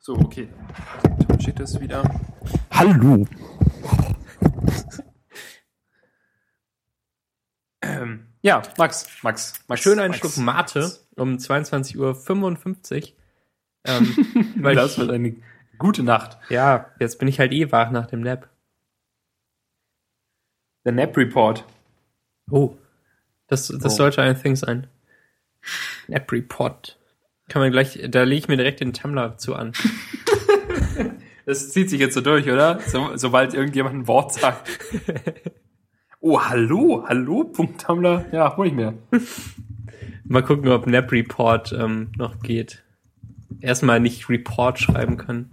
So, okay. Dann steht das wieder. Hallo. Ja, Max. Schön einen Schluck Mate um 22:55 Uhr. Weil das wird eine gute Nacht. Ja, jetzt bin ich halt wach nach dem Nap. Der Nap Report. Oh, das sollte ein Thing sein. Nap Report. Kann man gleich, da lege ich mir direkt den Tumblr zu an. Das zieht sich jetzt so durch, oder? Sobald irgendjemand ein Wort sagt. Oh, hallo, Tumblr. Ja, hol ich mir. Mal gucken, ob Nap Report noch geht. Erstmal nicht Report schreiben können.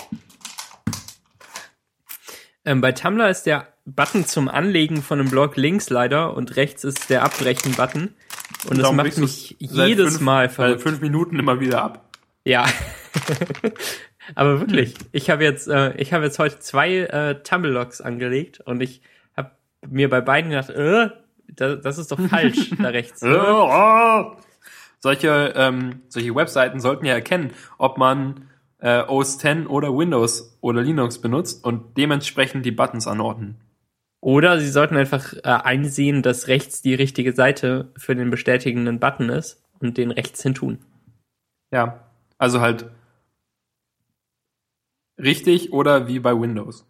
Bei Tumblr ist der Button zum Anlegen von einem Blog links leider und rechts ist der Abbrechen-Button. Und das macht mich jedes Mal verrückt. 5 Minuten immer wieder ab. Ja. Aber wirklich, ich habe jetzt heute 2 Tumblr-Logs angelegt und ich habe mir bei beiden gedacht, das ist doch falsch da rechts. Solche Webseiten sollten ja erkennen, ob man OS X oder Windows oder Linux benutzt und dementsprechend die Buttons anordnen. Oder sie sollten einfach einsehen, dass rechts die richtige Seite für den bestätigenden Button ist und den rechts hin tun. Ja, also halt richtig oder wie bei Windows.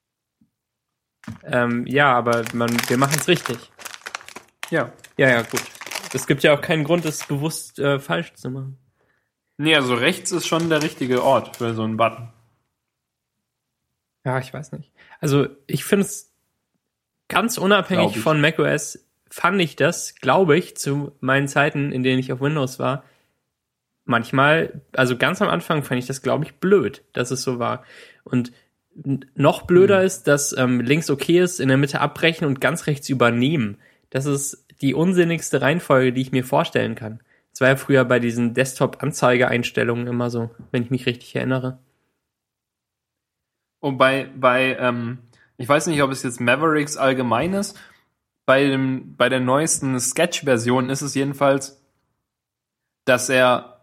Ja, aber wir machen es richtig. Ja. Ja, gut. Es gibt ja auch keinen Grund, es bewusst falsch zu machen. Nee, also rechts ist schon der richtige Ort für so einen Button. Ja, ich weiß nicht. Also ich finde es ganz unabhängig von macOS, fand ich das, glaube ich, zu meinen Zeiten, in denen ich auf Windows war, manchmal, also ganz am Anfang fand ich das, glaube ich, blöd, dass es so war. Und noch blöder ist, dass links okay ist, in der Mitte abbrechen und ganz rechts übernehmen. Das ist die unsinnigste Reihenfolge, die ich mir vorstellen kann. Das war ja früher bei diesen Desktop-Anzeigeeinstellungen immer so, wenn ich mich richtig erinnere. Und bei ich weiß nicht, ob es jetzt Mavericks allgemein ist, bei der neuesten Sketch-Version ist es jedenfalls, dass er,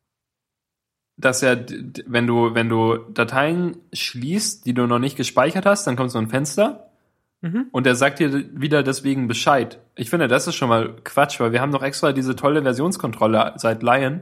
wenn du Dateien schließt, die du noch nicht gespeichert hast, dann kommt so ein Fenster und er sagt dir wieder deswegen Bescheid. Ich finde, das ist schon mal Quatsch, weil wir haben doch extra diese tolle Versionskontrolle seit Lion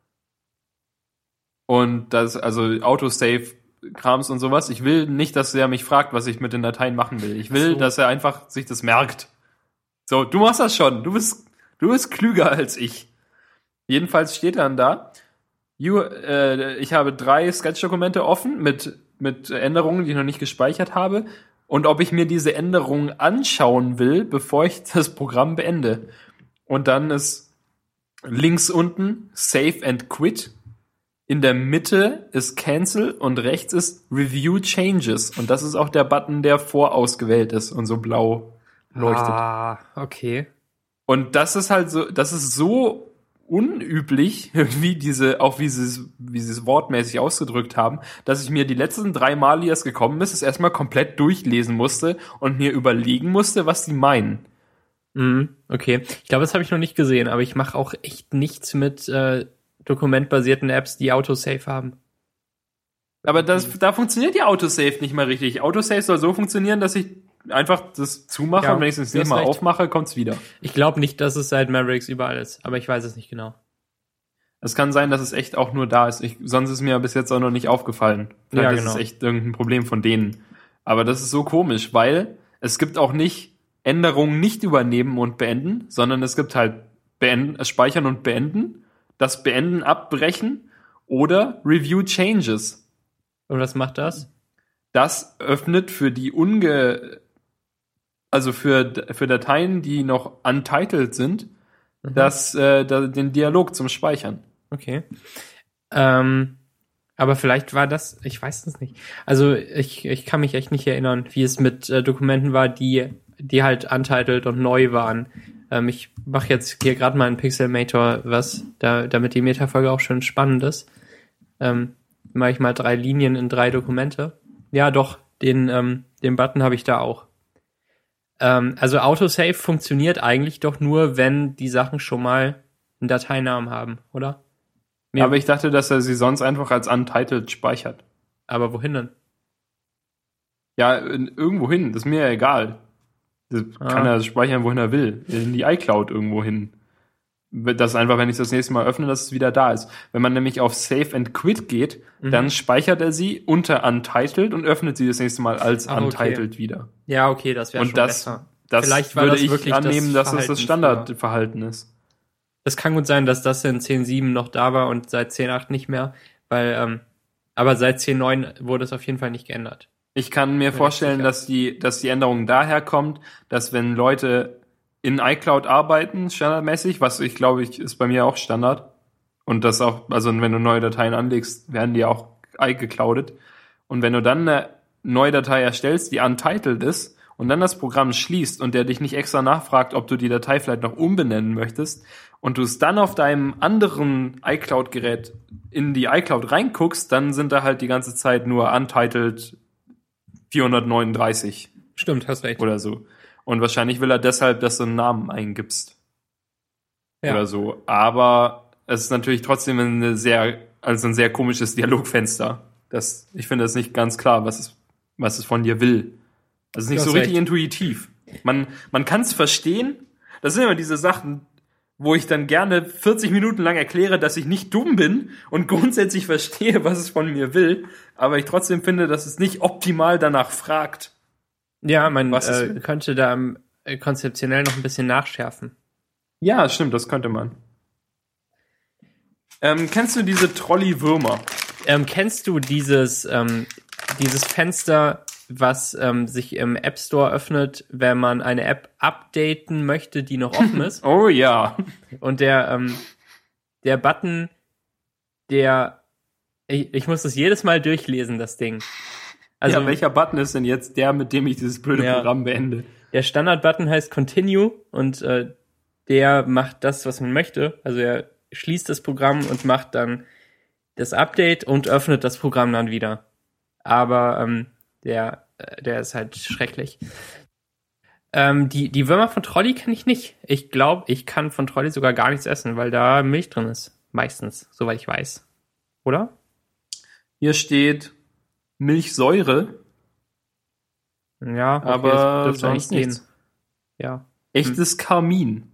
und das, also Autosave Krams und sowas. Ich will nicht, dass er mich fragt, was ich mit den Dateien machen will. Ich will, dass er einfach sich das merkt. So, du machst das schon. Du bist klüger als ich. Jedenfalls steht dann da, ich habe 3 Sketch-Dokumente offen mit Änderungen, die ich noch nicht gespeichert habe. Und ob ich mir diese Änderungen anschauen will, bevor ich das Programm beende. Und dann ist links unten Save and Quit. In der Mitte ist Cancel und rechts ist Review Changes. Und das ist auch der Button, der vorausgewählt ist und so blau leuchtet. Ah, okay. Und das ist halt so, das ist so unüblich, wie wie sie es wortmäßig ausgedrückt haben, dass ich mir die letzten 3 Mal, wie das gekommen ist, es erstmal komplett durchlesen musste und mir überlegen musste, was sie meinen. Okay. Ich glaube, das habe ich noch nicht gesehen, aber ich mache auch echt nichts mit dokumentbasierten Apps, die Autosave haben. Aber da funktioniert die Autosave nicht mal richtig. Autosave soll so funktionieren, dass ich einfach das zumache und wenn ich es nicht mal aufmache, kommt's wieder. Ich glaube nicht, dass es seit Mavericks überall ist, aber ich weiß es nicht genau. Es kann sein, dass es echt auch nur da ist. Sonst ist mir bis jetzt auch noch nicht aufgefallen. Vielleicht ist es echt irgendein Problem von denen. Aber das ist so komisch, weil es gibt auch nicht Änderungen nicht übernehmen und beenden, sondern es gibt halt speichern und beenden, das Beenden abbrechen oder Review Changes. Und was macht das? Das öffnet für die für Dateien, die noch untitled sind, den Dialog zum Speichern. Okay. Aber vielleicht war das, ich weiß es nicht. Also ich kann mich echt nicht erinnern, wie es mit Dokumenten war, die halt untitled und neu waren. Ich mache jetzt hier gerade mal in Pixelmator damit die Metafolge auch schön spannend ist. Mache ich mal 3 Linien in 3 Dokumente. Ja, doch, den Button habe ich da auch. Also Autosave funktioniert eigentlich doch nur, wenn die Sachen schon mal einen Dateinamen haben, oder? Aber ich dachte, dass er sie sonst einfach als Untitled speichert. Aber wohin denn? Ja, irgendwo hin, das ist mir ja egal. Das kann er speichern, wohin er will. In die iCloud irgendwo hin. Das einfach, wenn ich das nächste Mal öffne, dass es wieder da ist. Wenn man nämlich auf Save and Quit geht, dann speichert er sie unter Untitled und öffnet sie das nächste Mal als Untitled wieder. Ja, okay, das wäre schon besser. Das vielleicht würde ich annehmen, dass es das Standardverhalten ist. Es kann gut sein, dass das in 10.7 noch da war und seit 10.8 nicht mehr, weil, aber seit 10.9 wurde es auf jeden Fall nicht geändert. Ich kann mir vorstellen, dass die Änderung daher kommt, dass wenn Leute in iCloud arbeiten, standardmäßig, was ich glaube, ist bei mir auch Standard. Und das auch, also wenn du neue Dateien anlegst, werden die auch gecloudet. Und wenn du dann eine neue Datei erstellst, die untitled ist, und dann das Programm schließt und der dich nicht extra nachfragt, ob du die Datei vielleicht noch umbenennen möchtest, und du es dann auf deinem anderen iCloud-Gerät in die iCloud reinguckst, dann sind da halt die ganze Zeit nur untitled 439. Stimmt, hast recht. Oder so. Und wahrscheinlich will er deshalb, dass du einen Namen eingibst. Ja. Oder so. Aber es ist natürlich trotzdem ein sehr komisches Dialogfenster. Ich finde das nicht ganz klar, was es von dir will. Das ist nicht so richtig intuitiv. Man kann es verstehen. Das sind immer diese Sachen, wo ich dann gerne 40 Minuten lang erkläre, dass ich nicht dumm bin und grundsätzlich verstehe, was es von mir will, aber ich trotzdem finde, dass es nicht optimal danach fragt. Ja, man könnte da konzeptionell noch ein bisschen nachschärfen. Ja, stimmt, das könnte man. Kennst du diese Trolley-Würmer? Kennst du dieses Fenster, was sich im App Store öffnet, wenn man eine App updaten möchte, die noch offen ist? Oh ja. Und der Button, ich muss das jedes Mal durchlesen, das Ding. Also, ja, welcher Button ist denn jetzt der, mit dem ich dieses blöde Programm beende? Der Standard-Button heißt Continue und der macht das, was man möchte. Also er schließt das Programm und macht dann das Update und öffnet das Programm dann wieder. Aber der ist halt schrecklich. Die Würmer von Trolley kenne ich nicht. Ich glaube, ich kann von Trolley sogar gar nichts essen, weil da Milch drin ist. Meistens, soweit ich weiß. Oder? Hier steht Milchsäure. Ja, okay, aber sonst nichts. Ja. Echtes Karmin.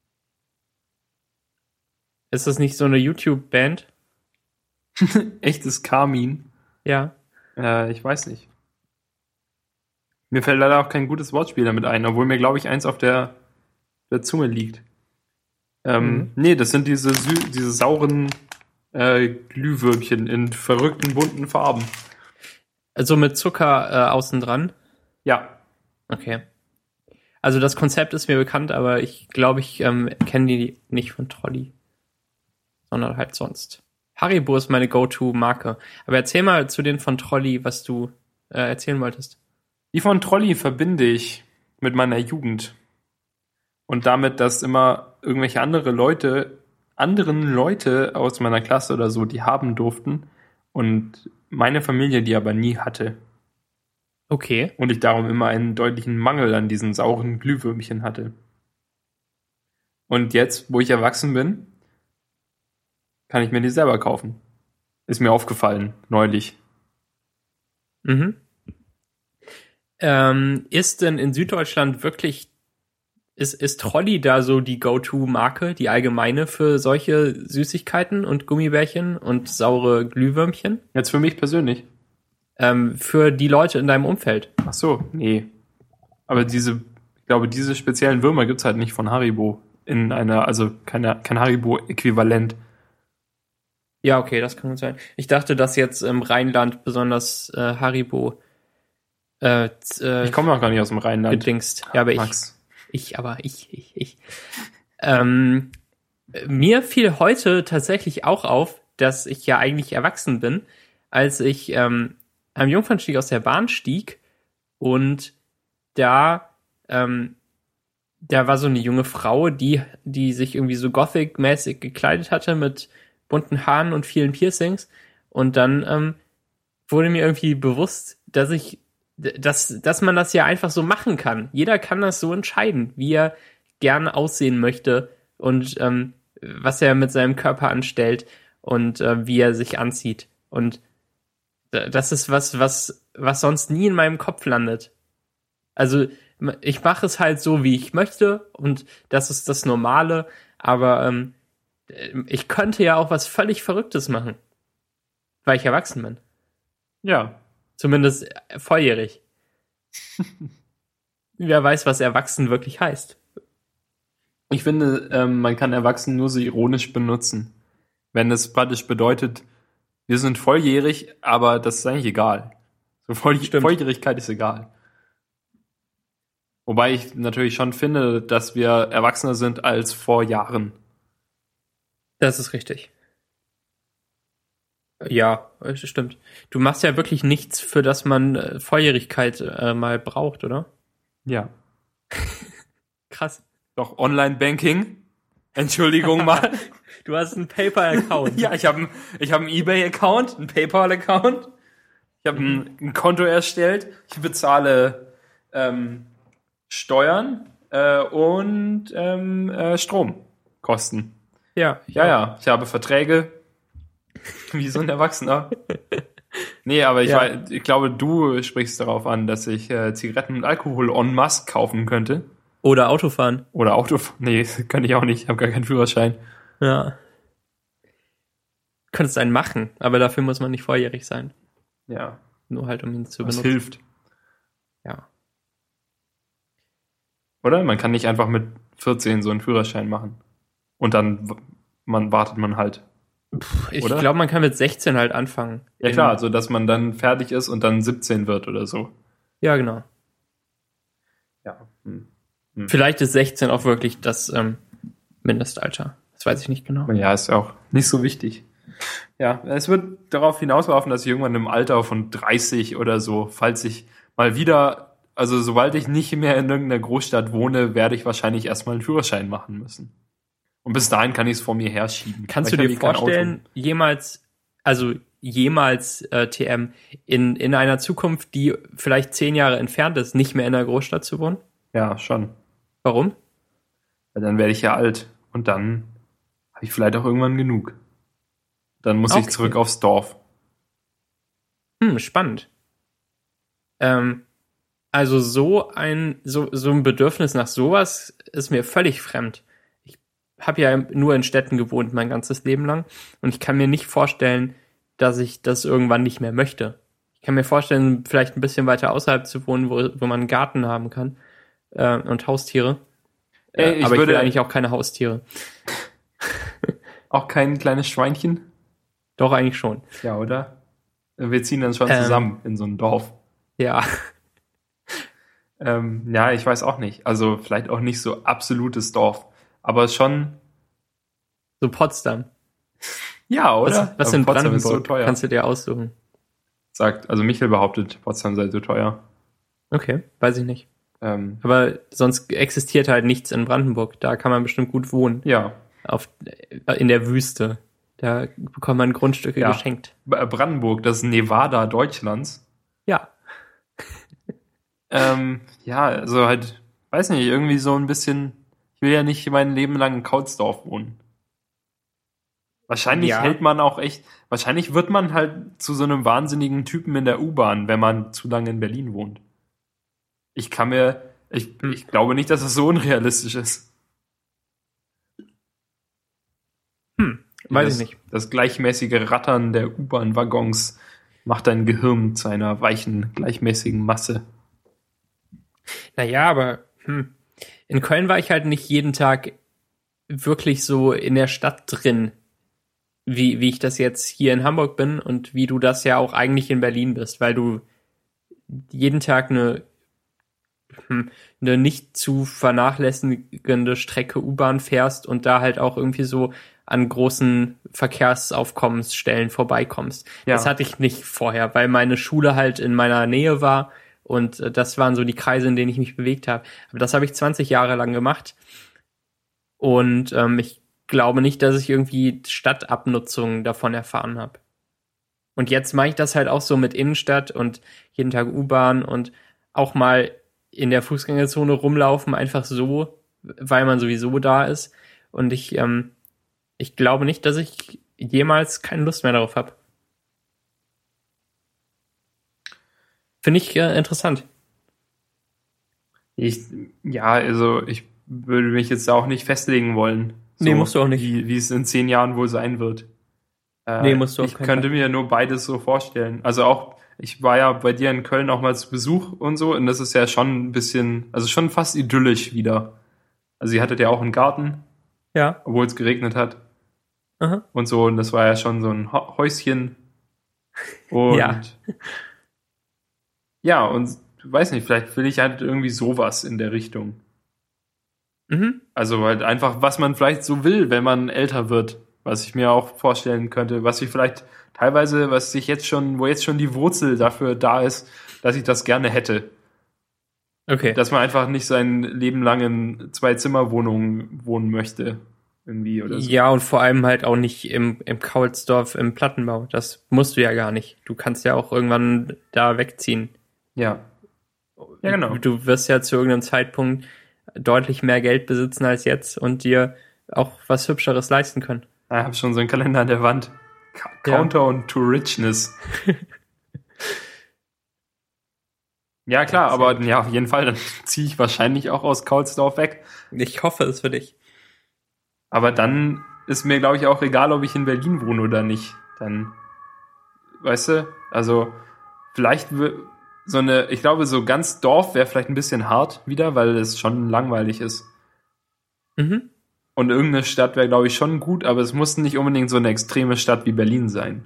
Ist das nicht so eine YouTube-Band? Echtes Karmin? Ja. Ich weiß nicht. Mir fällt leider auch kein gutes Wortspiel damit ein, obwohl mir, glaube ich, eins auf der Zunge liegt. Nee, das sind diese sauren Glühwürmchen in verrückten, bunten Farben. Also mit Zucker außen dran? Ja. Okay. Also das Konzept ist mir bekannt, aber ich glaube, ich kenne die nicht von Trolley. Sondern halt sonst. Haribo ist meine Go-To-Marke. Aber erzähl mal zu den von Trolley, was du erzählen wolltest. Die von Trolley verbinde ich mit meiner Jugend. Und damit, dass immer irgendwelche anderen Leute aus meiner Klasse oder so, die haben durften. Und meine Familie die aber nie hatte. Okay. Und ich darum immer einen deutlichen Mangel an diesen sauren Glühwürmchen hatte. Und jetzt, wo ich erwachsen bin, kann ich mir die selber kaufen. Ist mir aufgefallen, neulich. Mhm. Ist denn in Süddeutschland wirklich, ist Trolley da so die Go-To-Marke, die allgemeine für solche Süßigkeiten und Gummibärchen und saure Glühwürmchen? Jetzt für mich persönlich. Für die Leute in deinem Umfeld. Ach so, nee. Aber ich glaube, diese speziellen Würmer gibt's halt nicht von Haribo also kein Haribo-Äquivalent. Ja, okay, das kann gut sein. Ich dachte, dass jetzt im Rheinland besonders Haribo ich komme auch gar nicht aus dem Rheinland. Gedingst. Ja, aber Max. Ich. Mir fiel heute tatsächlich auch auf, dass ich ja eigentlich erwachsen bin, als ich am Jungfernstieg aus der Bahn stieg und da war so eine junge Frau, die sich irgendwie so Gothic-mäßig gekleidet hatte mit bunten Haaren und vielen Piercings. Und dann wurde mir irgendwie bewusst, dass man das ja einfach so machen kann. Jeder kann das so entscheiden, wie er gerne aussehen möchte und was er mit seinem Körper anstellt. und wie er sich anzieht. Und das ist was sonst nie in meinem Kopf landet. Also ich mache es halt so, wie ich möchte und das ist das Normale, aber ich könnte ja auch was völlig Verrücktes machen, weil ich erwachsen bin. Ja. Zumindest volljährig. Wer weiß, was erwachsen wirklich heißt. Ich finde, man kann erwachsen nur so ironisch benutzen. Wenn es praktisch bedeutet, wir sind volljährig, aber das ist eigentlich egal. So Volljährigkeit ist egal. Wobei ich natürlich schon finde, dass wir erwachsener sind als vor Jahren. Das ist richtig. Ja, das stimmt. Du machst ja wirklich nichts, für das man Volljährigkeit mal braucht, oder? Ja. Krass. Doch, Online-Banking. Entschuldigung mal. Du hast einen PayPal-Account. Ja, ich hab einen eBay-Account, einen PayPal-Account. Ich habe ein Konto erstellt. Ich bezahle Steuern und Stromkosten. Ja. Ich habe Verträge. Wie so ein Erwachsener. Nee, aber ich glaube, du sprichst darauf an, dass ich Zigaretten und Alkohol en masse kaufen könnte. Oder Autofahren. Oder Autofahren. Nee, könnte ich auch nicht. Ich habe gar keinen Führerschein. Ja. Du könntest einen machen, aber dafür muss man nicht volljährig sein. Ja. Nur halt, um ihn zu benutzen. Das hilft. Ja. Oder? Man kann nicht einfach mit 14 so einen Führerschein machen. Und dann wartet man halt. Ich glaube, man kann mit 16 halt anfangen. Ja klar, also dass man dann fertig ist und dann 17 wird oder so. Ja, genau. Ja. Vielleicht ist 16 auch wirklich das Mindestalter. Das weiß ich nicht genau. Ja, ist auch nicht so wichtig. Ja, es wird darauf hinauslaufen, dass ich irgendwann im Alter von 30 oder so, falls ich mal wieder, also sobald ich nicht mehr in irgendeiner Großstadt wohne, werde ich wahrscheinlich erstmal einen Führerschein machen müssen. Und bis dahin kann ich es vor mir herschieben. Kannst du dir vorstellen, jemals TM, in einer Zukunft, die vielleicht 10 Jahre entfernt ist, nicht mehr in einer Großstadt zu wohnen? Ja, schon. Warum? Weil dann werde ich ja alt und dann habe ich vielleicht auch irgendwann genug. Dann muss ich zurück aufs Dorf. Spannend. Also so ein Bedürfnis nach sowas ist mir völlig fremd. Ich habe ja nur in Städten gewohnt mein ganzes Leben lang und ich kann mir nicht vorstellen, dass ich das irgendwann nicht mehr möchte. Ich kann mir vorstellen, vielleicht ein bisschen weiter außerhalb zu wohnen, wo man einen Garten haben kann und Haustiere. Aber ich will eigentlich auch keine Haustiere. Auch kein kleines Schweinchen? Doch, eigentlich schon. Ja, oder? Wir ziehen dann schon zusammen in so ein Dorf. Ja. Ja, ich weiß auch nicht. Also vielleicht auch nicht so absolutes Dorf, aber schon... So Potsdam. Ja, oder? Was in Potsdam Brandenburg ist so teuer. Kannst du dir aussuchen. Also Michael behauptet, Potsdam sei so teuer. Okay, weiß ich nicht. Aber sonst existiert halt nichts in Brandenburg. Da kann man bestimmt gut wohnen. Ja. In der Wüste. Da bekommt man Grundstücke geschenkt. Brandenburg, das Nevada Deutschlands. Ja. Ja, also halt, weiß nicht, irgendwie so ein bisschen, ich will ja nicht mein Leben lang in Kautsdorf wohnen. Wahrscheinlich wahrscheinlich wird man halt zu so einem wahnsinnigen Typen in der U-Bahn, wenn man zu lange in Berlin wohnt. Ich glaube nicht, dass es so unrealistisch ist. Weiß ich nicht. Das gleichmäßige Rattern der U-Bahn-Waggons macht dein Gehirn zu einer weichen, gleichmäßigen Masse. Naja, aber in Köln war ich halt nicht jeden Tag wirklich so in der Stadt drin, wie ich das jetzt hier in Hamburg bin und wie du das ja auch eigentlich in Berlin bist, weil du jeden Tag eine nicht zu vernachlässigende Strecke U-Bahn fährst und da halt auch irgendwie so an großen Verkehrsaufkommensstellen vorbeikommst. Ja. Das hatte ich nicht vorher, weil meine Schule halt in meiner Nähe war und das waren so die Kreise, in denen ich mich bewegt habe. Aber das habe ich 20 Jahre lang gemacht und ich glaube nicht, dass ich irgendwie Stadtabnutzung davon erfahren habe. Und jetzt mache ich das halt auch so mit Innenstadt und jeden Tag U-Bahn und auch mal in der Fußgängerzone rumlaufen, einfach so, weil man sowieso da ist. Und ich glaube nicht, dass ich jemals keine Lust mehr darauf habe. Finde ich interessant. Also ich würde mich jetzt auch nicht festlegen wollen. Nee, musst du auch nicht. Wie es in 10 Jahren wohl sein wird. Nee, musst du auch Ich könnte mir nur beides so vorstellen. Also auch, ich war ja bei dir in Köln auch mal zu Besuch und so, und das ist ja schon ein bisschen, also schon fast idyllisch wieder. Also ihr hattet ja auch einen Garten, Ja. obwohl es geregnet hat. Aha. Und so, und das war ja schon so ein Häuschen. Und Ja. ja, und weiß nicht, vielleicht will ich halt irgendwie sowas in der Richtung. Mhm. Also halt einfach, was man vielleicht so will, wenn man älter wird, was ich mir auch vorstellen könnte, was ich vielleicht teilweise, wo jetzt schon die Wurzel dafür da ist, dass ich das gerne hätte. Okay. Dass man einfach nicht sein Leben lang in 2-Zimmer-Wohnungen wohnen möchte. Irgendwie oder so. Ja, und vor allem halt auch nicht im Kaulsdorf im Plattenbau. Das musst du ja gar nicht. Du kannst ja auch irgendwann da wegziehen. Ja. Ja, genau. Du wirst ja zu irgendeinem Zeitpunkt deutlich mehr Geld besitzen als jetzt und dir auch was Hübscheres leisten können. Ich habe schon so einen Kalender an der Wand. Countdown to Richness. Ja, klar, aber ja, auf jeden Fall, dann ziehe ich wahrscheinlich auch aus Kaulsdorf weg. Ich hoffe es für dich. Aber dann ist mir, glaube ich, auch egal, ob ich in Berlin wohne oder nicht. Dann, weißt du, also vielleicht ich glaube, so ganz Dorf wäre vielleicht ein bisschen hart wieder, weil es schon langweilig ist. Mhm. Und irgendeine Stadt wäre, glaube ich, schon gut, aber es muss nicht unbedingt so eine extreme Stadt wie Berlin sein.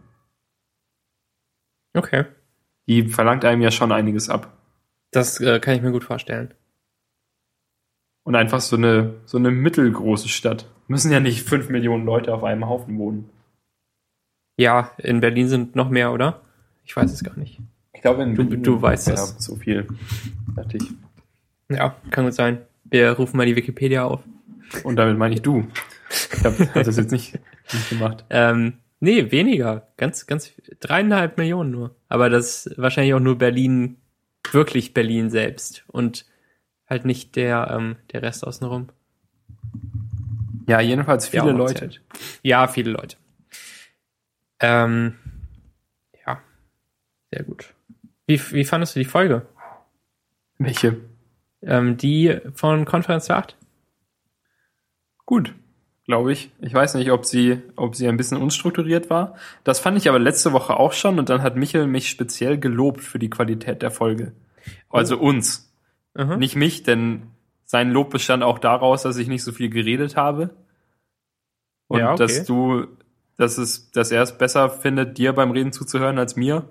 Okay. Die verlangt einem ja schon einiges ab. Das kann ich mir gut vorstellen. Und einfach so eine mittelgroße Stadt. Müssen ja nicht 5 Millionen Leute auf einem Haufen wohnen. Ja, in Berlin sind noch mehr, oder? Ich weiß es gar nicht. Ich glaube, in Berlin du weißt es. So viel. Dachte ich. Ja, kann gut sein. Wir rufen mal die Wikipedia auf. Und damit meine ich du. Ich habe das jetzt nicht gemacht. Nee, weniger. Ganz 3,5 Millionen nur. Aber das ist wahrscheinlich auch nur Berlin, wirklich Berlin selbst. Und halt nicht der Rest außenrum. Ja, jedenfalls viele Leute. Zählt. Ja, viele Leute. Ja, sehr gut. Wie fandest du die Folge? Welche? Die von Konferenz 8? Gut, glaube ich. Ich weiß nicht, ob sie ein bisschen unstrukturiert war. Das fand ich aber letzte Woche auch schon, und dann hat Michel mich speziell gelobt für die Qualität der Folge. Also uns. Mhm. Nicht mich, denn sein Lob bestand auch daraus, dass ich nicht so viel geredet habe. Und ja, okay. dass er es besser findet, dir beim Reden zuzuhören als mir.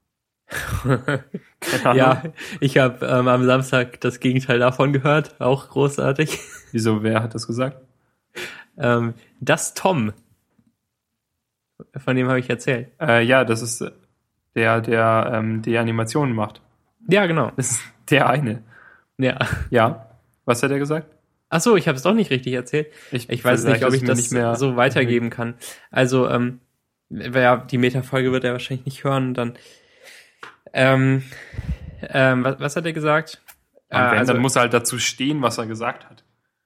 Ja, ich habe am Samstag das Gegenteil davon gehört. Auch großartig. Wieso, wer hat das gesagt? Das Tom. Von dem habe ich erzählt. Ja, das ist der die Animationen macht. Ja, genau. Das ist der eine. Ja. Ja. Was hat er gesagt? Ach so, ich habe es doch nicht richtig erzählt. Ich weiß nicht, ob ich das nicht mehr so weitergeben kann. Also, die Meta-Folge wird er wahrscheinlich nicht hören. Dann, was hat er gesagt? Dann muss er halt dazu stehen, was er gesagt hat.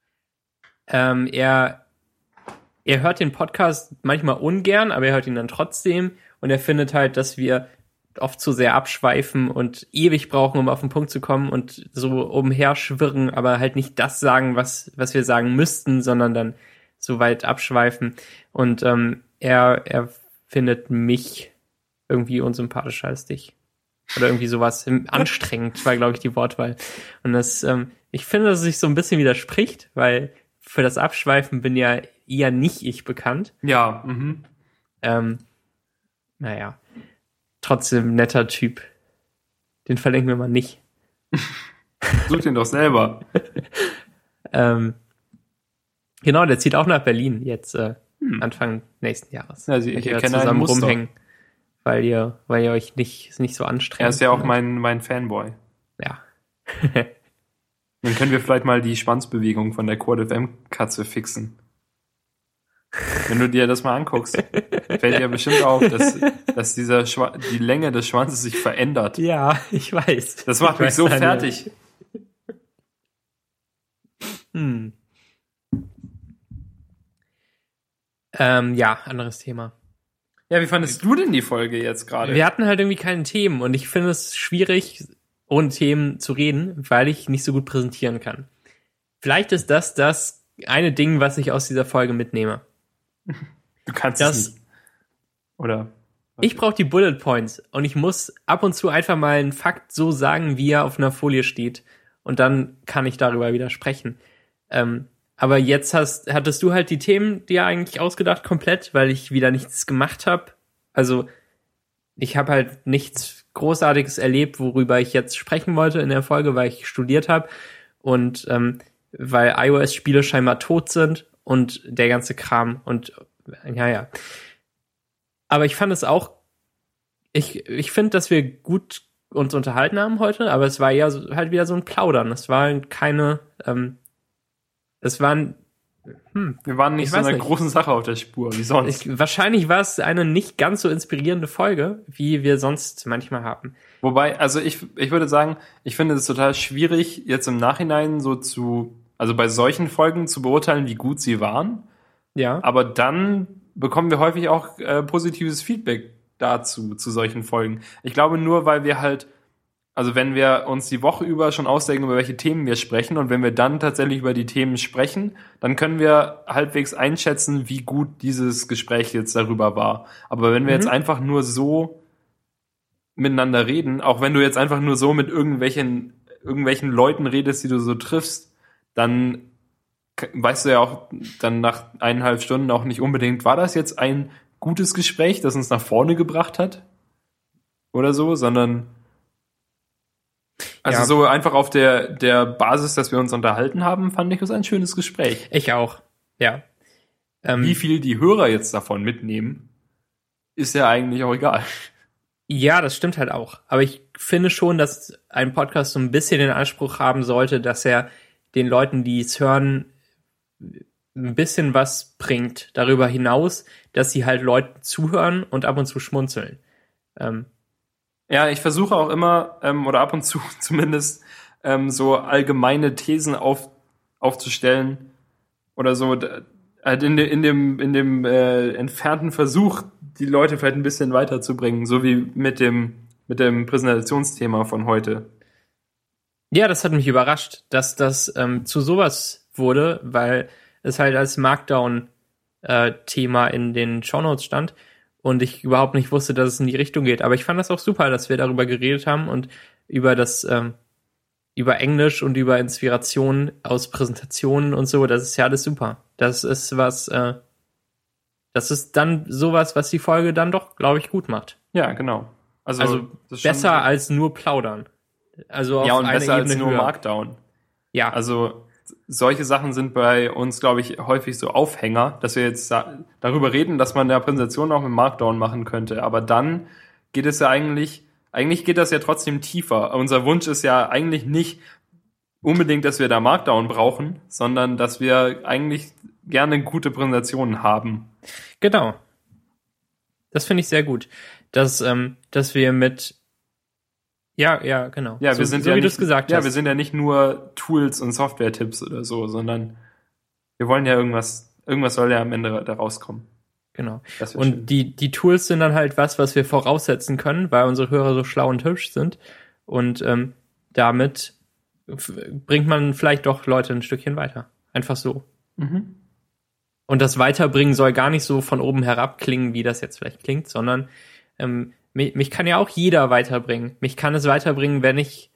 Er hört den Podcast manchmal ungern, aber er hört ihn dann trotzdem. Und er findet halt, dass wir oft zu sehr abschweifen und ewig brauchen, um auf den Punkt zu kommen und so umherschwirren, aber halt nicht das sagen, was wir sagen müssten, sondern dann so weit abschweifen. Und er findet mich irgendwie unsympathischer als dich. Oder irgendwie sowas. Anstrengend war, glaube ich, die Wortwahl. Und das, ich finde, dass es sich so ein bisschen widerspricht, weil für das Abschweifen bin ja eher nicht ich bekannt. Ja. Naja. Trotzdem netter Typ. Den verlinken wir mal nicht. Such den doch selber. Genau, der zieht auch nach Berlin jetzt Anfang nächsten Jahres. Also ich erkenne zusammen ein Muster. Rumhängen, weil ihr euch nicht so anstrengt. Er ist ja auch mein Fanboy. Ja. Dann können wir vielleicht mal die Schwanzbewegung von der Quad FM Katze fixen. Wenn du dir das mal anguckst, fällt dir bestimmt auf, dass die Länge des Schwanzes sich verändert. Ja, ich weiß. Das macht mich so fertig. Ja, anderes Thema. Ja, wie fandest du denn die Folge jetzt gerade? Wir hatten halt irgendwie keine Themen und ich finde es schwierig, ohne Themen zu reden, weil ich nicht so gut präsentieren kann. Vielleicht ist das eine Ding, was ich aus dieser Folge mitnehme. Du kannst es nicht. Oder? Ich brauche die Bullet Points und ich muss ab und zu einfach mal einen Fakt so sagen, wie er auf einer Folie steht. Und dann kann ich darüber wieder sprechen. Aber jetzt hattest du halt die Themen dir eigentlich ausgedacht komplett, weil ich wieder nichts gemacht habe. Also ich habe halt nichts Großartiges erlebt, worüber ich jetzt sprechen wollte in der Folge, weil ich studiert habe und weil iOS-Spiele scheinbar tot sind und der ganze Kram und ja. Aber ich fand es auch, ich finde, dass wir gut uns unterhalten haben heute, aber es war ja halt wieder so ein Plaudern. Es waren keine, wir waren nicht so einer großen Sache auf der Spur, wie sonst. Wahrscheinlich war es eine nicht ganz so inspirierende Folge, wie wir sonst manchmal haben. Wobei, also ich würde sagen, ich finde es total schwierig, jetzt im Nachhinein also bei solchen Folgen zu beurteilen, wie gut sie waren. Ja. Aber dann bekommen wir häufig auch positives Feedback dazu, zu solchen Folgen. Ich glaube nur, weil wir halt, also wenn wir uns die Woche über schon ausdenken, über welche Themen wir sprechen und wenn wir dann tatsächlich über die Themen sprechen, dann können wir halbwegs einschätzen, wie gut dieses Gespräch jetzt darüber war. Aber wenn wir jetzt einfach nur so miteinander reden, auch wenn du jetzt einfach nur so mit irgendwelchen Leuten redest, die du so triffst, dann weißt du ja auch dann nach 1,5 Stunden auch nicht unbedingt, war das jetzt ein gutes Gespräch, das uns nach vorne gebracht hat oder so, sondern so einfach auf der Basis, dass wir uns unterhalten haben, fand ich es ein schönes Gespräch. Ich auch, ja. Wie viel die Hörer jetzt davon mitnehmen, ist ja eigentlich auch egal. Ja, das stimmt halt auch. Aber ich finde schon, dass ein Podcast so ein bisschen den Anspruch haben sollte, dass er den Leuten, die es hören, ein bisschen was bringt. Darüber hinaus, dass sie halt Leuten zuhören und ab und zu schmunzeln. Ja, ich versuche auch immer, oder ab und zu zumindest, so allgemeine Thesen aufzustellen oder so, halt in dem entfernten Versuch, die Leute vielleicht ein bisschen weiterzubringen, so wie mit dem Präsentationsthema von heute. Ja, das hat mich überrascht, dass das zu sowas wurde, weil es halt als Markdown-Thema in den Shownotes stand und ich überhaupt nicht wusste, dass es in die Richtung geht. Aber ich fand das auch super, dass wir darüber geredet haben und über über Englisch und über Inspiration aus Präsentationen und so. Das ist ja alles super. Das ist das ist dann sowas, was die Folge dann doch, glaube ich, gut macht. Ja, genau. Also besser als nur plaudern. Also auf und besser Ebene als nur höher. Markdown. Ja. Also solche Sachen sind bei uns, glaube ich, häufig so Aufhänger, dass wir jetzt darüber reden, dass man der Präsentation auch mit Markdown machen könnte. Aber dann geht es ja eigentlich geht das ja trotzdem tiefer. Unser Wunsch ist ja eigentlich nicht unbedingt, dass wir da Markdown brauchen, sondern dass wir eigentlich gerne gute Präsentationen haben. Genau. Das finde ich sehr gut. Dass wir mit Ja, genau. Ja, wir sind ja wie nicht, du es gesagt ja, hast. wir sind ja nicht nur Tools und Software-Tipps oder so, sondern wir wollen ja irgendwas soll ja am Ende da rauskommen. Genau. Und die Tools sind dann halt was wir voraussetzen können, weil unsere Hörer so schlau und hübsch sind. Und damit bringt man vielleicht doch Leute ein Stückchen weiter. Einfach so. Mhm. Und das Weiterbringen soll gar nicht so von oben herab klingen, wie das jetzt vielleicht klingt, sondern mich kann ja auch jeder weiterbringen. Mich kann es weiterbringen, wenn ich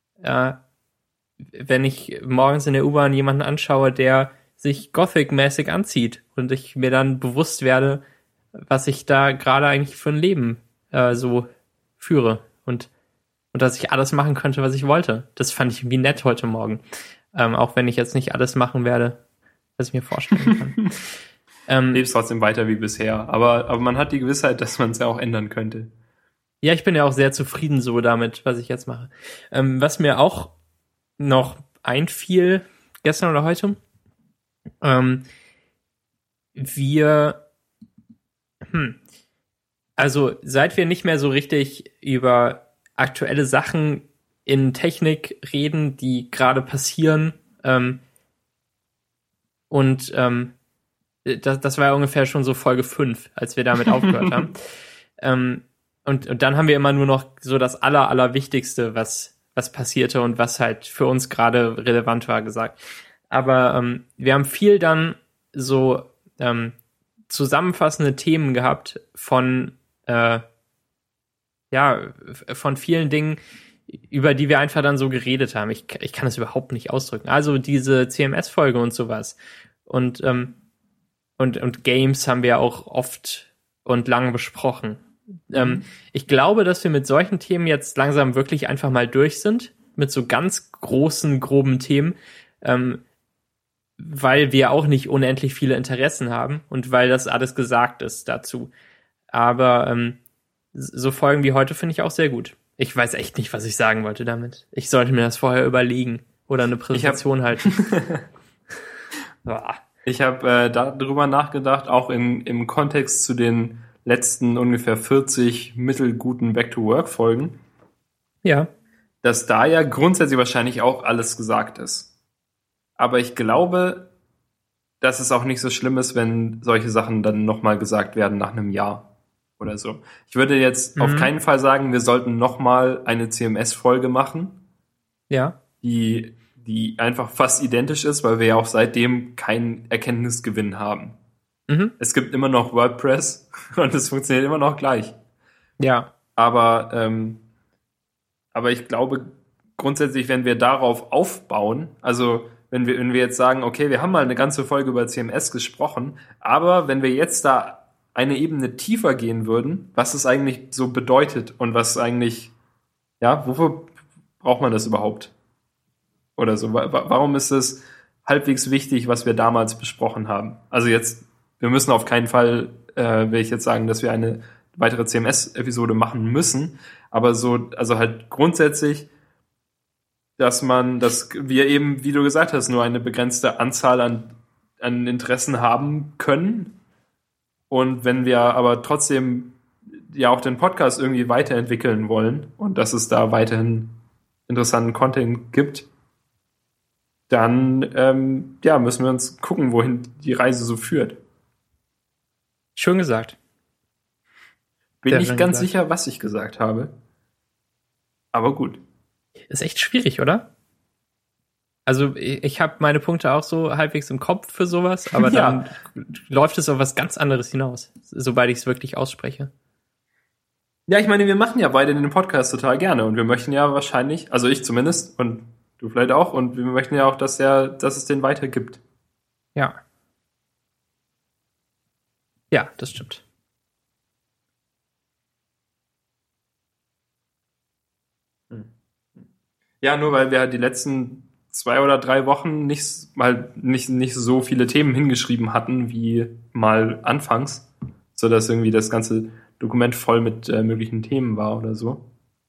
morgens in der U-Bahn jemanden anschaue, der sich Gothic-mäßig anzieht und ich mir dann bewusst werde, was ich da gerade eigentlich für ein Leben so führe und dass ich alles machen könnte, was ich wollte. Das fand ich irgendwie nett heute Morgen. Auch wenn ich jetzt nicht alles machen werde, was ich mir vorstellen kann. Lebst trotzdem weiter wie bisher, aber man hat die Gewissheit, dass man es ja auch ändern könnte. Ja, ich bin ja auch sehr zufrieden so damit, was ich jetzt mache. Was mir auch noch einfiel, gestern oder heute, also seit wir nicht mehr so richtig über aktuelle Sachen in Technik reden, die gerade passieren, und das war ja ungefähr schon so Folge 5, als wir damit aufgehört haben. Und dann haben wir immer nur noch so das Allerwichtigste, was passierte und was halt für uns gerade relevant war, gesagt. Aber wir haben viel dann so zusammenfassende Themen gehabt von von vielen Dingen, über die wir einfach dann so geredet haben. Ich kann es überhaupt nicht ausdrücken. Also diese CMS-Folge und sowas. Und Games haben wir auch oft und lang besprochen. Ich glaube, dass wir mit solchen Themen jetzt langsam wirklich einfach mal durch sind. Mit so ganz großen, groben Themen. Weil wir auch nicht unendlich viele Interessen haben und weil das alles gesagt ist dazu. Aber so Folgen wie heute finde ich auch sehr gut. Ich weiß echt nicht, was ich sagen wollte damit. Ich sollte mir das vorher überlegen oder eine Präsentation halten. Ich habe darüber nachgedacht, auch im Kontext zu den letzten ungefähr 40 mittelguten Back-to-Work-Folgen. Ja. Dass da ja grundsätzlich wahrscheinlich auch alles gesagt ist. Aber ich glaube, dass es auch nicht so schlimm ist, wenn solche Sachen dann nochmal gesagt werden nach einem Jahr oder so. Ich würde jetzt auf keinen Fall sagen, wir sollten nochmal eine CMS-Folge machen. Ja. Die einfach fast identisch ist, weil wir ja auch seitdem keinen Erkenntnisgewinn haben. Es gibt immer noch WordPress und es funktioniert immer noch gleich. Ja. Aber ich glaube grundsätzlich, wenn wir darauf aufbauen, also wenn wir jetzt sagen, okay, wir haben mal eine ganze Folge über CMS gesprochen, aber wenn wir jetzt da eine Ebene tiefer gehen würden, was es eigentlich so bedeutet und was eigentlich, wofür braucht man das überhaupt? Oder so. Warum ist es halbwegs wichtig, was wir damals besprochen haben? Also jetzt, wir müssen auf keinen Fall, will ich jetzt sagen, dass wir eine weitere CMS-Episode machen müssen, aber so, also halt grundsätzlich, dass wir eben, wie du gesagt hast, nur eine begrenzte Anzahl an Interessen haben können. Und wenn wir aber trotzdem ja auch den Podcast irgendwie weiterentwickeln wollen und dass es da weiterhin interessanten Content gibt, dann müssen wir uns gucken, wohin die Reise so führt. Schön gesagt. Bin nicht ganz sicher, was ich gesagt habe. Aber gut. Ist echt schwierig, oder? Also ich habe meine Punkte auch so halbwegs im Kopf für sowas, aber dann läuft es auf was ganz anderes hinaus, sobald ich es wirklich ausspreche. Ja, ich meine, wir machen ja beide den Podcast total gerne und wir möchten ja wahrscheinlich, also ich zumindest und du vielleicht auch, und wir möchten ja auch, dass es den weitergibt. Ja. Ja, das stimmt. Ja, nur weil wir die letzten 2 oder 3 Wochen nicht so viele Themen hingeschrieben hatten wie mal anfangs, sodass irgendwie das ganze Dokument voll mit möglichen Themen war oder so.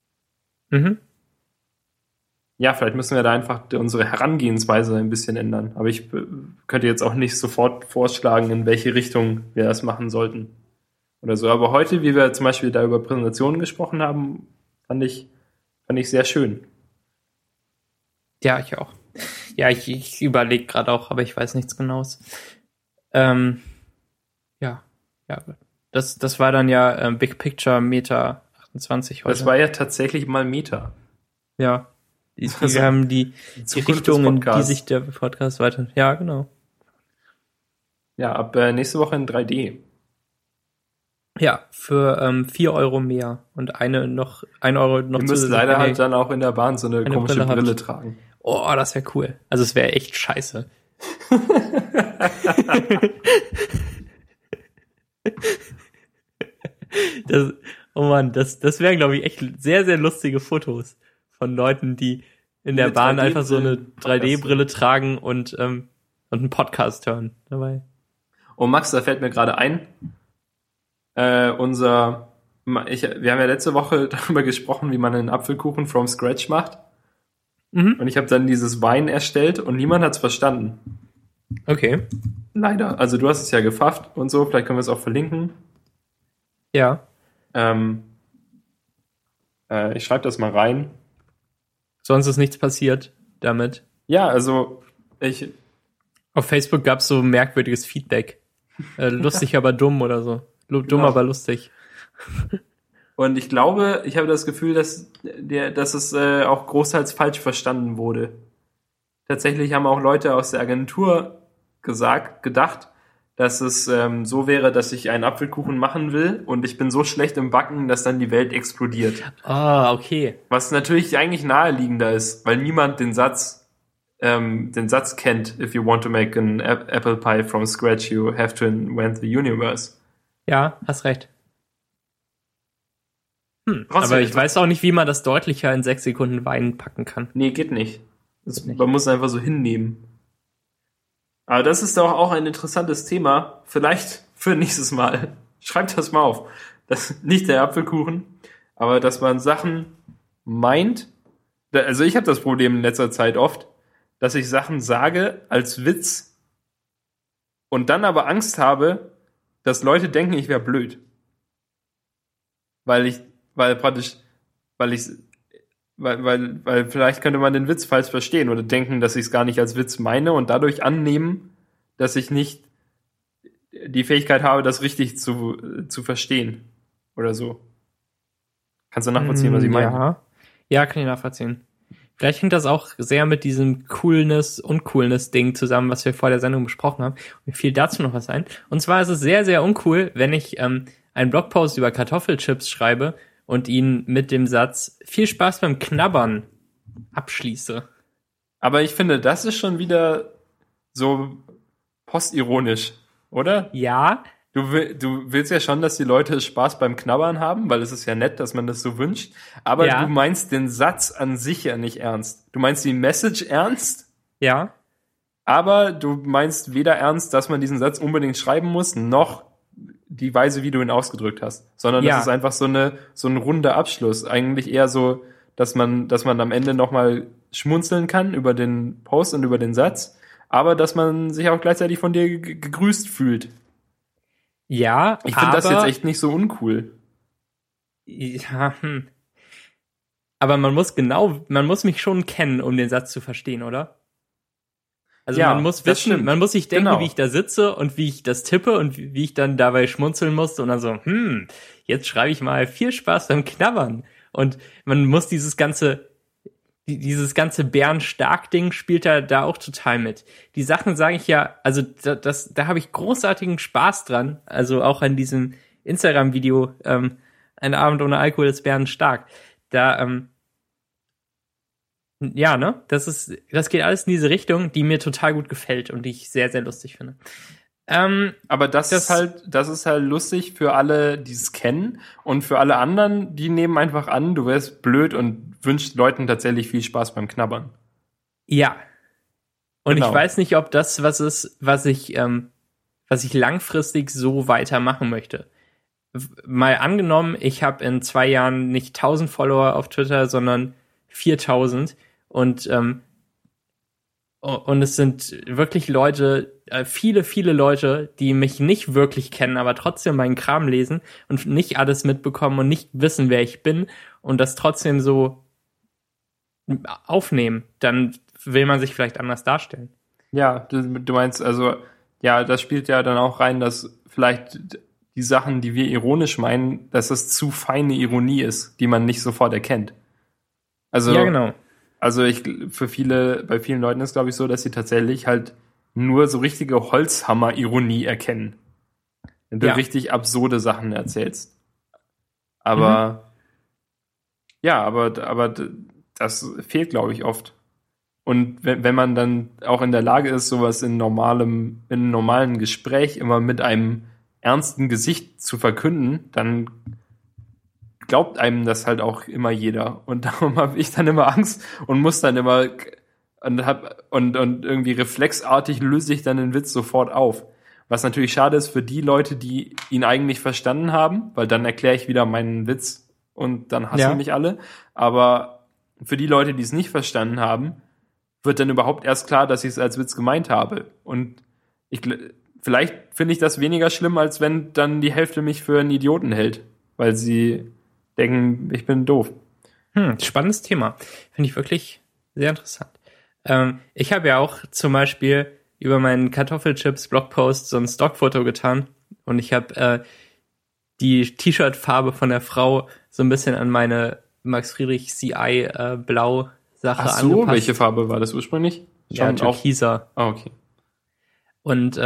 Ja, vielleicht müssen wir da einfach unsere Herangehensweise ein bisschen ändern. Aber ich könnte jetzt auch nicht sofort vorschlagen, in welche Richtung wir das machen sollten. Oder so. Aber heute, wie wir zum Beispiel da über Präsentationen gesprochen haben, fand ich sehr schön. Ja, ich auch. Ja, ich überlege gerade auch, aber ich weiß nichts Genaues. Das war dann ja Big Picture Meta 28 heute. Das war ja tatsächlich mal Meta. Ja. Wir haben die Richtung, in die sich der Podcast weiter... Ja, genau. Ja, ab nächste Woche in 3D. Ja, für 4 Euro mehr und 1 Euro noch zusätzlich. Wir müssen leider halt dann auch in der Bahn so eine komische Brille tragen. Oh, das wäre cool. Also es wäre echt scheiße. Das wären, glaube ich, echt sehr, sehr lustige Fotos von Leuten, die in der Bahn einfach so eine 3D-Brille tragen und einen Podcast hören dabei. Oh, Max, da fällt mir gerade ein, wir haben ja letzte Woche darüber gesprochen, wie man einen Apfelkuchen from scratch macht. Und ich habe dann dieses Wein erstellt und niemand hat es verstanden. Okay. Leider. Also du hast es ja gefafft und so, vielleicht können wir es auch verlinken. Ja. Ich schreibe das mal rein. Sonst ist nichts passiert damit. Ja, also auf Facebook gab es so merkwürdiges Feedback. Lustig, aber dumm oder so. Dumm, Genau. aber lustig. Und ich glaube, ich habe das Gefühl, dass es auch großteils falsch verstanden wurde. Tatsächlich haben auch Leute aus der Agentur gedacht, dass es so wäre, dass ich einen Apfelkuchen machen will und ich bin so schlecht im Backen, dass dann die Welt explodiert. Ah, okay. Was natürlich eigentlich naheliegender ist, weil niemand den Satz kennt: If you want to make an apple pie from scratch, you have to invent the universe. Ja, hast recht. Trotzdem, Aber ich weiß auch nicht, wie man das deutlicher in 6 Sekunden Wein packen kann. Nee, geht nicht. Man muss einfach so hinnehmen. Aber das ist doch auch ein interessantes Thema. Vielleicht für nächstes Mal. Schreibt das mal auf. Das, nicht der Apfelkuchen, aber dass man Sachen meint. Also ich habe das Problem in letzter Zeit oft, dass ich Sachen sage als Witz und dann aber Angst habe, dass Leute denken, ich wäre blöd. Weil vielleicht könnte man den Witz falsch verstehen oder denken, dass ich es gar nicht als Witz meine und dadurch annehmen, dass ich nicht die Fähigkeit habe, das richtig zu verstehen oder so. Kannst du nachvollziehen, was ich meine? Ja, kann ich nachvollziehen. Vielleicht hängt das auch sehr mit diesem Coolness-Uncoolness-Ding zusammen, was wir vor der Sendung besprochen haben. Mir fiel dazu noch was ein. Und zwar ist es sehr, sehr uncool, wenn ich einen Blogpost über Kartoffelchips schreibe und ihn mit dem Satz "Viel Spaß beim Knabbern" abschließe. Aber ich finde, das ist schon wieder so postironisch, oder? Ja. Du willst ja schon, dass die Leute Spaß beim Knabbern haben, weil es ist ja nett, dass man das so wünscht. Aber du meinst den Satz an sich ja nicht ernst. Du meinst die Message ernst? Ja. Aber du meinst weder ernst, dass man diesen Satz unbedingt schreiben muss, noch die Weise, wie du ihn ausgedrückt hast. Sondern es ist einfach so ein runder Abschluss. Eigentlich eher so, dass man am Ende nochmal schmunzeln kann über den Post und über den Satz, aber dass man sich auch gleichzeitig von dir gegrüßt fühlt. Ja, ich finde das jetzt echt nicht so uncool. Ja, Aber man muss mich schon kennen, um den Satz zu verstehen, oder? Also man muss wissen, man muss sich denken, wie ich da sitze und wie ich das tippe und wie ich dann dabei schmunzeln muss und dann so, jetzt schreibe ich mal "Viel Spaß beim Knabbern". Und man muss dieses ganze Bärenstark-Ding spielt da auch total mit. Die Sachen sage ich ja, also da habe ich großartigen Spaß dran. Also auch an diesem Instagram-Video, "Ein Abend ohne Alkohol ist Bärenstark". Da, das geht alles in diese Richtung, die mir total gut gefällt und die ich sehr, sehr lustig finde. Aber das ist halt lustig für alle, die es kennen, und für alle anderen, die nehmen einfach an, du wärst blöd und wünschst Leuten tatsächlich viel Spaß beim Knabbern. Ja. Und ich weiß nicht, ob das was ist, was ich langfristig so weitermachen möchte. Mal angenommen, ich habe in 2 Jahren nicht 1000 Follower auf Twitter, sondern 4000 und es sind wirklich Leute, viele, viele Leute, die mich nicht wirklich kennen, aber trotzdem meinen Kram lesen und nicht alles mitbekommen und nicht wissen, wer ich bin und das trotzdem so aufnehmen. Dann will man sich vielleicht anders darstellen. Ja, du meinst also, ja, das spielt ja dann auch rein, dass vielleicht die Sachen, die wir ironisch meinen, dass es zu feine Ironie ist, die man nicht sofort erkennt. Also, ja, genau. Also bei vielen Leuten ist, glaube ich, so, dass sie tatsächlich halt nur so richtige Holzhammer-Ironie erkennen. Wenn du richtig absurde Sachen erzählst. Aber aber das fehlt, glaube ich, oft. Und wenn man dann auch in der Lage ist, sowas in einem normalen Gespräch immer mit einem ernsten Gesicht zu verkünden, dann glaubt einem das halt auch immer jeder. Und darum habe ich dann immer Angst und muss dann immer und irgendwie reflexartig löse ich dann den Witz sofort auf. Was natürlich schade ist für die Leute, die ihn eigentlich verstanden haben, weil dann erkläre ich wieder meinen Witz und dann hassen mich alle. Aber für die Leute, die es nicht verstanden haben, wird dann überhaupt erst klar, dass ich es als Witz gemeint habe. Und vielleicht finde ich das weniger schlimm, als wenn dann die Hälfte mich für einen Idioten hält, weil sie denken, ich bin doof. Spannendes Thema. Finde ich wirklich sehr interessant. Ich habe ja auch zum Beispiel über meinen Kartoffelchips-Blogpost so ein Stockfoto getan und ich habe die T-Shirt-Farbe von der Frau so ein bisschen an meine Max Friedrich CI Blau-Sache angepasst. Ach so, welche Farbe war das ursprünglich? Ja, Türkiser. Ah, okay. Und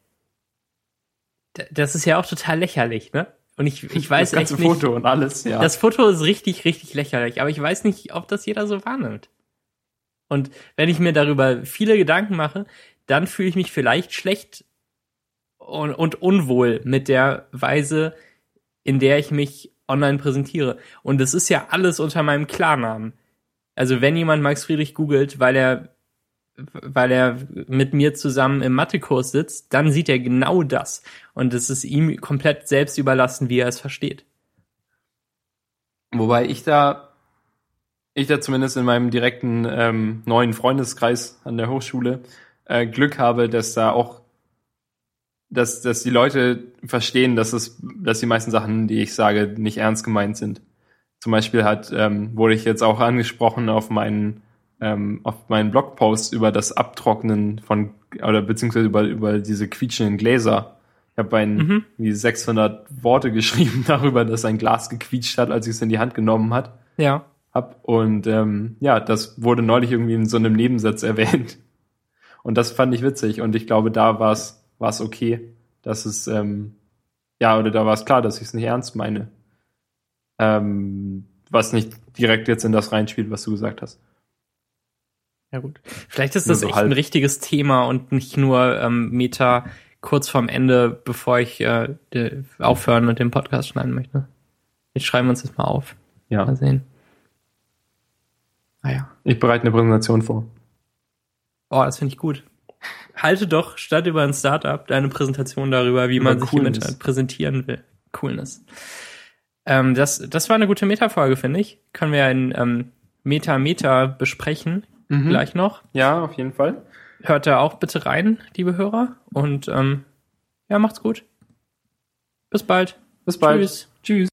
das ist ja auch total lächerlich, ne? Und ich weiß das ganze echt nicht. Foto und alles, ja. Das Foto ist richtig, richtig lächerlich, aber ich weiß nicht, ob das jeder so wahrnimmt. Und wenn ich mir darüber viele Gedanken mache, dann fühle ich mich vielleicht schlecht und unwohl mit der Weise, in der ich mich online präsentiere. Und das ist ja alles unter meinem Klarnamen. Also wenn jemand Max Friedrich googelt, weil er mit mir zusammen im Mathekurs sitzt, dann sieht er genau das. Und es ist ihm komplett selbst überlassen, wie er es versteht. Wobei ich da zumindest in meinem direkten neuen Freundeskreis an der Hochschule Glück habe, dass da auch, dass die Leute verstehen, dass die meisten Sachen, die ich sage, nicht ernst gemeint sind. Zum Beispiel wurde ich jetzt auch angesprochen auf meinen Blogpost über das Abtrocknen beziehungsweise über diese quietschenden Gläser. Ich habe wie 600 Worte geschrieben darüber, dass ein Glas gequietscht hat, als ich es in die Hand genommen habe. Ja. Und das wurde neulich irgendwie in so einem Nebensatz erwähnt. Und das fand ich witzig. Und ich glaube, da war es okay, dass es, oder da war es klar, dass ich es nicht ernst meine. Was nicht direkt jetzt in das reinspielt, was du gesagt hast. Ja gut. Vielleicht ist das echt ein richtiges Thema und nicht nur Meta kurz vorm Ende, bevor ich aufhören und den Podcast schneiden möchte. Jetzt schreiben wir uns das mal auf. Ja. Mal sehen. Ja. Ich bereite eine Präsentation vor. Oh, das finde ich gut. Halte doch statt über ein Startup deine Präsentation darüber, wie man sich im Internet präsentieren will. Coolness. Das war eine gute Meta-Folge, finde ich. Können wir in Meta besprechen. Gleich noch. Ja, auf jeden Fall. Hört da auch bitte rein, liebe Hörer. Und macht's gut. Bis bald. Bis bald. Tschüss.